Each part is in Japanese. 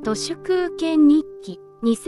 都市空権日記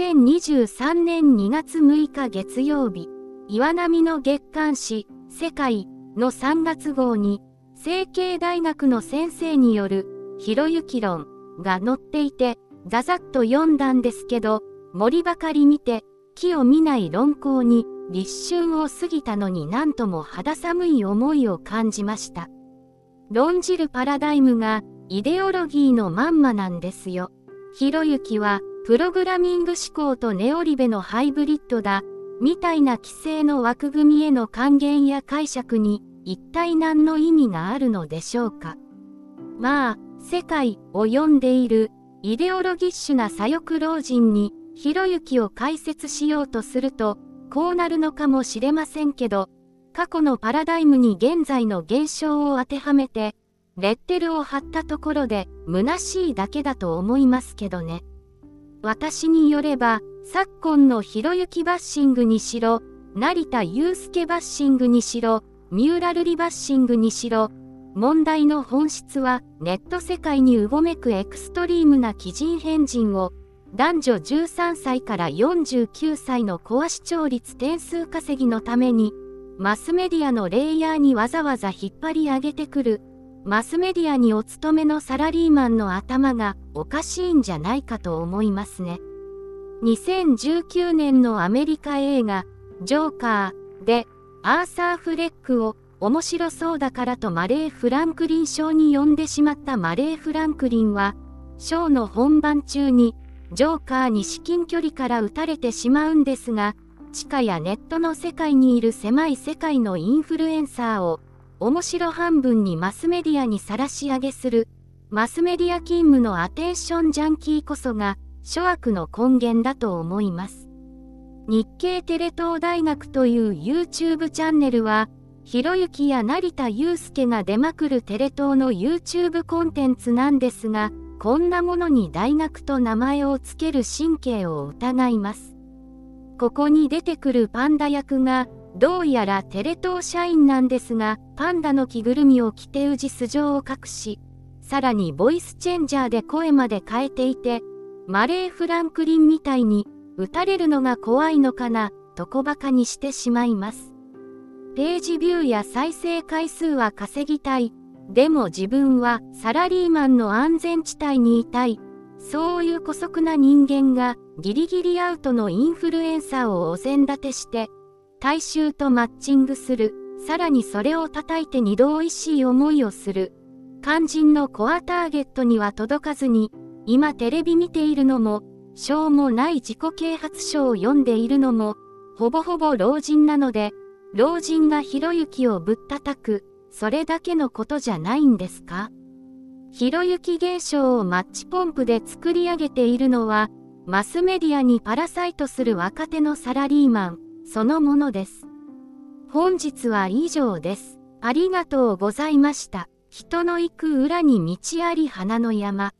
2023年2月6日月曜日、岩波の月刊誌世界の3月号に成蹊大学の先生によるひろゆき論が載っていて、ざざっと読んだんですけど、森ばかり見て木を見ない論考に立春を過ぎたのになんとも肌寒い思いを感じました。論じるパラダイムがイデオロギーのまんまなんですよ。ひろゆきはプログラミング思考とネオリベのハイブリッドだみたいな規制の枠組みへの還元や解釈に一体何の意味があるのでしょうか。まあ、世界を読んでいるイデオロギッシュな左翼老人にひろゆきを解説しようとするとこうなるのかもしれませんけど、過去のパラダイムに現在の現象を当てはめてレッテルを貼ったところで虚しいだけだと思いますけどね。私によれば昨今のひろゆきバッシングにしろ、成田悠輔バッシングにしろ、三浦瑠麗バッシングにしろ、問題の本質はネット世界にうごめくエクストリームな奇人変人を男女13歳から49歳のコア視聴率点数稼ぎのためにマスメディアのレイヤーにわざわざ引っ張り上げてくるマスメディアにお勤めのサラリーマンの頭がおかしいんじゃないかと思いますね。2019年のアメリカ映画ジョーカーでアーサー・フレックを面白そうだからとマレー・フランクリン賞に呼んでしまったマレー・フランクリンは賞の本番中にジョーカーに至近距離から撃たれてしまうんですが、地下やネットの世界にいる狭い世界のインフルエンサーを面白半分にマスメディアに晒し上げするマスメディア勤務のアテンションジャンキーこそが諸悪の根源だと思います。日経テレ東大学という YouTube チャンネルはひろゆきや成田悠輔が出まくるテレ東の YouTube コンテンツなんですが、こんなものに大学と名前を付ける神経を疑います。ここに出てくるパンダ役がどうやらテレ東社員なんですが、パンダの着ぐるみを着て氏素性を隠し、さらにボイスチェンジャーで声まで変えていて、マレー・フランクリンみたいに撃たれるのが怖いのかなと小馬鹿にしてしまいます。ページビューや再生回数は稼ぎたい。でも自分はサラリーマンの安全地帯にいたい。そういう姑息な人間がギリギリアウトのインフルエンサーをお膳立てして大衆とマッチングする。さらにそれを叩いて二度おいしい思いをする肝心のコアターゲットには届かずに、今テレビ見ているのもしょうもない自己啓発書を読んでいるのもほぼほぼ老人なので、老人がひろゆきをぶったたく、それだけのことじゃないんですか。ひろゆき現象をマッチポンプで作り上げているのはマスメディアにパラサイトする若手のサラリーマンそのものです。本日は以上です。ありがとうございました。人の行く裏に道あり花の山。